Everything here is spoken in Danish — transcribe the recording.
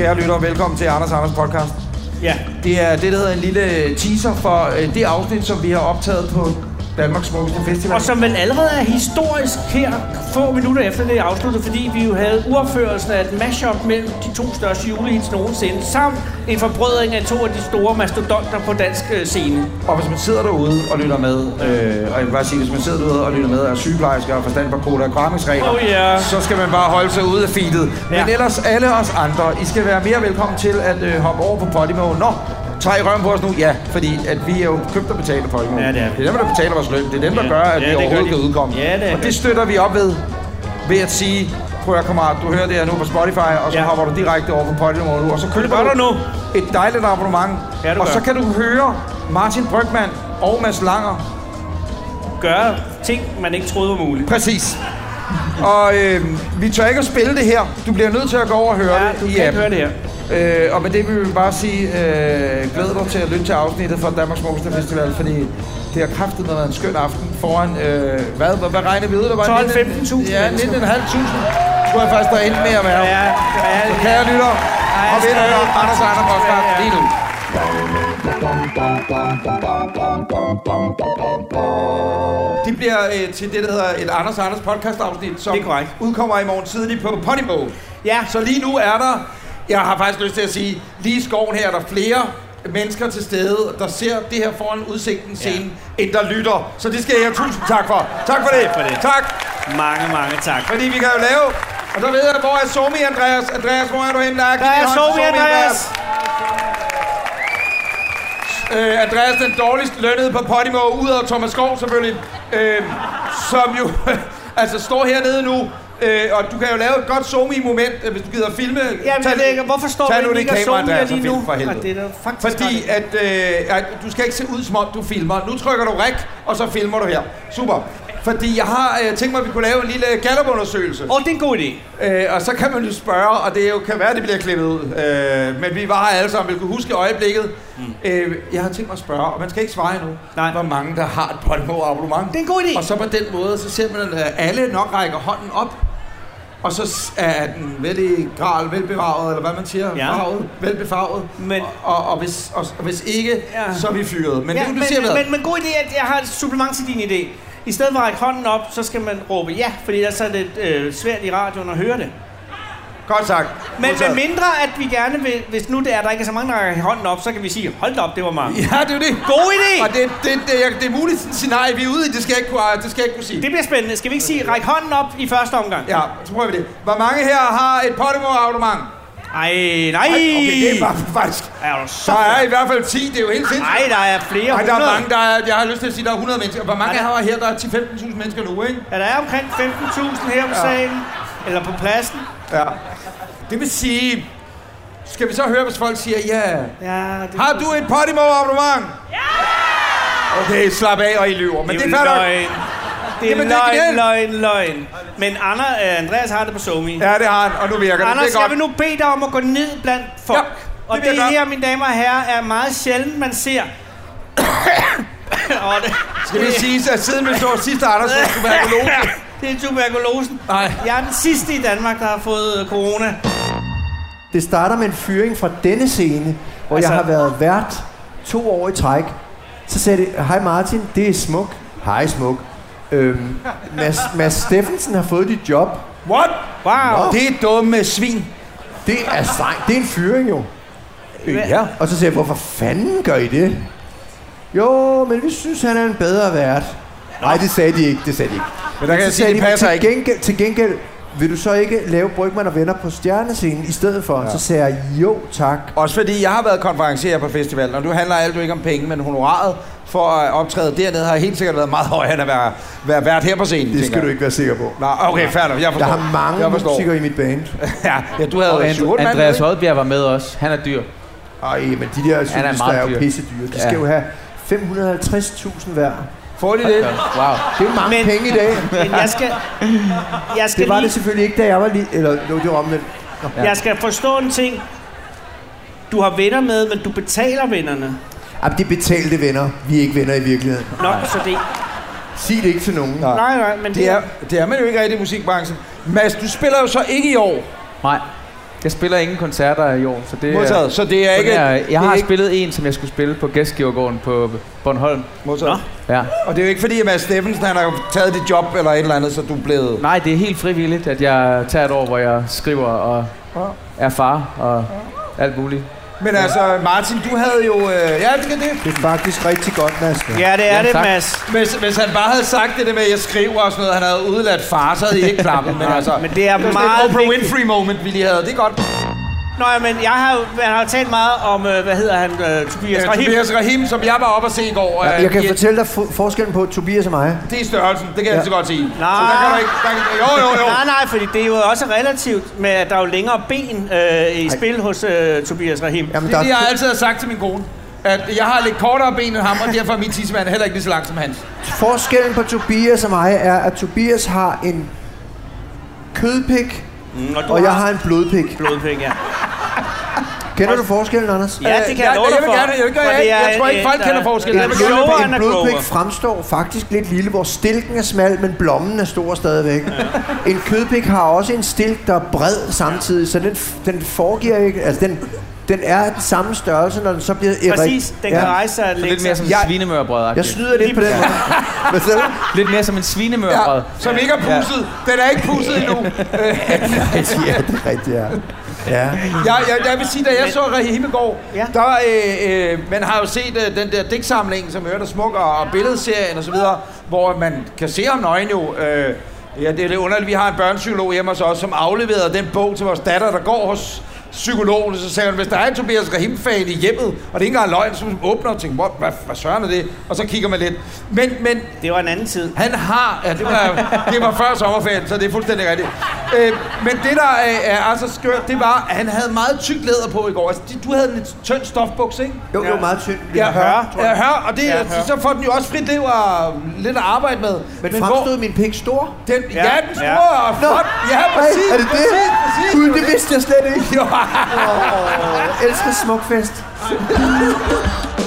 Kære lyttere, velkommen til Anders podcast. Ja. Det er det, der hedder en lille teaser for det afsnit, som vi har optaget på Danmarks Smukkeste Festival. Og som vel allerede er historisk her, få minutter efter det er afsluttet, fordi vi jo havde uopførelsen af et mashup mellem de to største julehits nogensinde, samt en forbrødring af to af de store mastodonter på dansk scene. Og hvis man sidder derude og lytter med, og jeg vil bare sige, hvis man sidder derude og lytter med af sygeplejersker og forstand på koda og grammingsregler, så skal man bare holde sig ude af feedet. Men ellers alle os andre, I skal være mere velkommen til at hoppe over på Podimo. Træk i røven på os nu? Ja, fordi at vi er jo købt og betalt af Podimo. Ja, det er. Det er dem, der betaler vores løn. Det er dem, der gør, at vi overhovedet kan udkomme. Ja, det er. Og det støtter vi op ved at sige, prøv at kammerat, du hører det her nu på Spotify, og så hopper du direkte over på Podimo nu, og så køber du nu et dejligt abonnement. Ja, og så kan du høre Martin Brygmann og Mads Langer gøre ting, man ikke troede var muligt. Præcis. Og vi tør ikke at spille det her. Du bliver nødt til at gå over og høre det. Du kan ikke høre det her. Og med det vil vi bare sige, glæd dig til at lytte til afsnittet fra Danmarks Smukkeste Festival, fordi det har kraftigt været en skøn aften foran, hvad regner vi ud? 12-15.000. Ja, 19.500. Skulle jeg faktisk derinde med at være. Ja. Så kære lytter, og vi hører Anders Agner podcast lige nu. Det bliver til det, der hedder et Anders podcast-afsnit, som udkommer i morgen tidlig på Podimo. Ja. Så lige nu er der, jeg har faktisk lyst til at sige, lige i skoven her er der flere mennesker til stede, der ser det her foran udsigten scene, end der lytter. Så det skal jeg tusind tak for. Tak for det. Tak. Mange tak. Fordi vi kan jo lave, og så ved jeg, hvor er Somi, Andreas? Andreas, hvor er du henne? Der er Somi, Andreas. Andreas, den dårligst lønnede på Podimo, ud af Thomas Skov selvfølgelig, som jo altså står hernede nu. Og du kan jo lave et godt zoom-i-moment, hvis du gider at filme. Jamen, hvorfor står vi ikke og zoomer lige nu? Det er fordi, at du skal ikke se ud, som om du filmer. Nu trykker du rec, og så filmer du her. Super. Fordi jeg har tænkt mig, at vi kunne lave en lille Gallup-undersøgelse. Det er en god idé. Og så kan man jo spørge, og det jo kan være, at det bliver klippet ud. Men vi var alle sammen, vil kunne huske øjeblikket. Jeg har tænkt mig at spørge, og man skal ikke svare endnu, hvor mange der har et Podimo-abonnement. Det er en god idé. Og så på den måde, så ser man, at alle nok rækker hånden op. Og så er den velbevaret, eller hvad man siger, velbefarvet. Men og hvis ikke, så er vi fyret. Men men god idé, at jeg har et supplement til din idé. I stedet for at række hånden op, så skal man råbe ja, fordi ellers er det lidt svært i radioen at høre det. Godt sagt. Men mindre, at vi gerne vil, hvis nu det er, der ikke er så mange, der rækker hånden op, så kan vi sige, hold da op, det var mange. Ja, det er det. God idé! Og det er muligt scenarie, vi er ude i, det skal jeg ikke kunne sige. Det bliver spændende. Skal vi ikke sige, ræk hånden op i første omgang? Ja, så prøver vi det. Hvor mange her har et Podimo-abonnement? Nej. Okay, det er bare faktisk. Der er i hvert fald 10, det er jo helt sindssygt. Nej, der er flere 100. Der er mange, jeg har lyst til at sige, der er 100 mennesker. Hvor mange har her? Der er 10-15.000 mennesker nu, ikke? Ja, der er omkring 15.000 her på salen. Eller på pladsen. Ja. Det vil sige, skal vi så høre, hvis folk siger ja? Har du et Podimo-abonnement? Ja! Okay, slap af, og I lyver. Men det er løgn. Det er løgn. Men Andreas har det på Somi. Ja, det har han, og nu virker det. Anders, jeg vil nu bede dig om at gå ned blandt folk. Ja, og det her, mine damer og herrer, er meget sjældent, man ser. Skal vi sige, at siden vi så sidste Anders var tuberkulose? Det er tuberkulosen. Nej. Jeg er den sidste i Danmark, der har fået corona. Det starter med en fyring fra denne scene, hvor jeg har været vært 2 år i træk. Så sagde det, hej Martin, det er Smuk. Hej Smuk. Mads Steffensen har fået dit job. What? Wow. Det er dumme svin. Det er strengt. Det er en fyring jo. Ja. Og så siger jeg, hvorfor fanden gør I det? Jo, men vi synes, han er en bedre vært. Nej, det sagde de ikke. Men der kan jeg sige, det passer ikke. Til gengæld, vil du så ikke lave Brygmann og Venner på stjernescenen i stedet for? Ja. Så sagde jeg, jo tak. Også fordi jeg har været konferencier på festivalen, og nu handler alt jo ikke om penge, men honoraret for at optræde dernede har helt sikkert været meget højere end at være vært her på scenen. Det skal du ikke være sikker på. Nå, okay, fair nok. Jeg har mange musikere i mit band. ja, du havde Andreas Oddbjerg var med også. Han er dyr. Ej, men de der solister er jo pisse dyre. De skal jo have 550.000 hver. Får de det? Wow. Det er jo mange penge i dag. Men jeg skal det var det selvfølgelig ikke, da jeg var lige... Eller det var omvendt. Jeg skal forstå en ting. Du har venner med, men du betaler vennerne. Jamen, de betalte venner. Vi er ikke venner i virkeligheden. Nå, så det... Sig det ikke til nogen. Nej, men det er man jo ikke rigtig i musikbranchen. Mads, du spiller jo så ikke i år. Nej. Jeg spiller ingen koncerter i år, så det modtaget. Så det er ikke... Jeg har spillet en, som jeg skulle spille på Gæstgivergården på Bornholm. Modtaget. Ja. Og det er jo ikke fordi, at Mads Steffensen han har taget dit job eller et eller andet, så du er blevet... Nej, det er helt frivilligt, at jeg tager et år, hvor jeg skriver og er far og alt muligt. Men altså, Martin, du havde jo... ja, det er faktisk rigtig godt, Mads. Ja, det er det, Mads. Hvis han bare havde sagt det med, at jeg skriver og sådan noget, han havde udladt far, så havde I ikke klappet. Men altså, men det er meget Oprah Winfrey moment, vi lige havde. Det er godt. Nå ja, men han har talt meget om, hvad hedder han, Tobias Rahim. Tobias Rahim, som jeg var oppe at se i går. Ja, jeg kan fortælle dig forskellen på Tobias og mig. Det er størrelsen, det kan jeg så godt sige. Nej. Så der kan du ikke... Jo. Nej, fordi det er jo også relativt med, at der er jo længere ben i spil hos Tobias Rahim. Jamen, det er det, jeg altid har sagt til min kone. At jeg har lidt kortere ben end ham, og derfor er min tissemand heller ikke lige så lang som hans. Forskellen på Tobias og mig er, at Tobias har en kødpik, og jeg har en blodpik. Blodpik, ja. Kender du forskellen, Anders? Ja, det kan jeg love dig for. Jeg tror ikke, folk kender forskellen. En blodpik fremstår faktisk lidt lille, hvor stilken er smal, men blommen er stor stadigvæk. Ja. En kødpik har også en stilk, der er bred samtidig, så den foregiver ikke... Altså, den er den samme størrelse, når den så bliver... Præcis, den kan rejse sig lidt mere som en svinemørbrød. Jeg snyder lidt på den måde. Lidt mere som en svinemørbrød. Ja, som ikke er pusset. Den er ikke pusset endnu. Ja, det er rigtigt, ja. Ja. Jeg vil sige, da jeg så Rahim i går, der, man har jo set den der digtsamling, som Øret er smuk, og billedserien og så videre, hvor man kan se ham nøgen jo. Ja, det er lidt underligt. Vi har en børnepsykolog hjemme hos os, som afleverede den bog til vores datter, der går hos psykologen, så sagde han, hvis der er en Tobias Rahim-fan i hjemmet, og det er ikke engang løgn, så åbner og tænker, hvad søren er det? Og så kigger man lidt. Men det var en anden tid. Han har... Ja, det var før sommerferien, så det er fuldstændig rigtigt. Men det, der er altså skørt, det var, at han havde meget tyk læder på i går. Altså, du havde en tynd stofbuks, ikke? Jo, meget tynd. Hør, og det, så får den jo også frit liv og lidt at arbejde med. Men fremstod min pik stor? Den store og flot. Ja, præcis. Er det det? Præcis. Gud, det vidste jeg slet ikke. Elsker smukfest.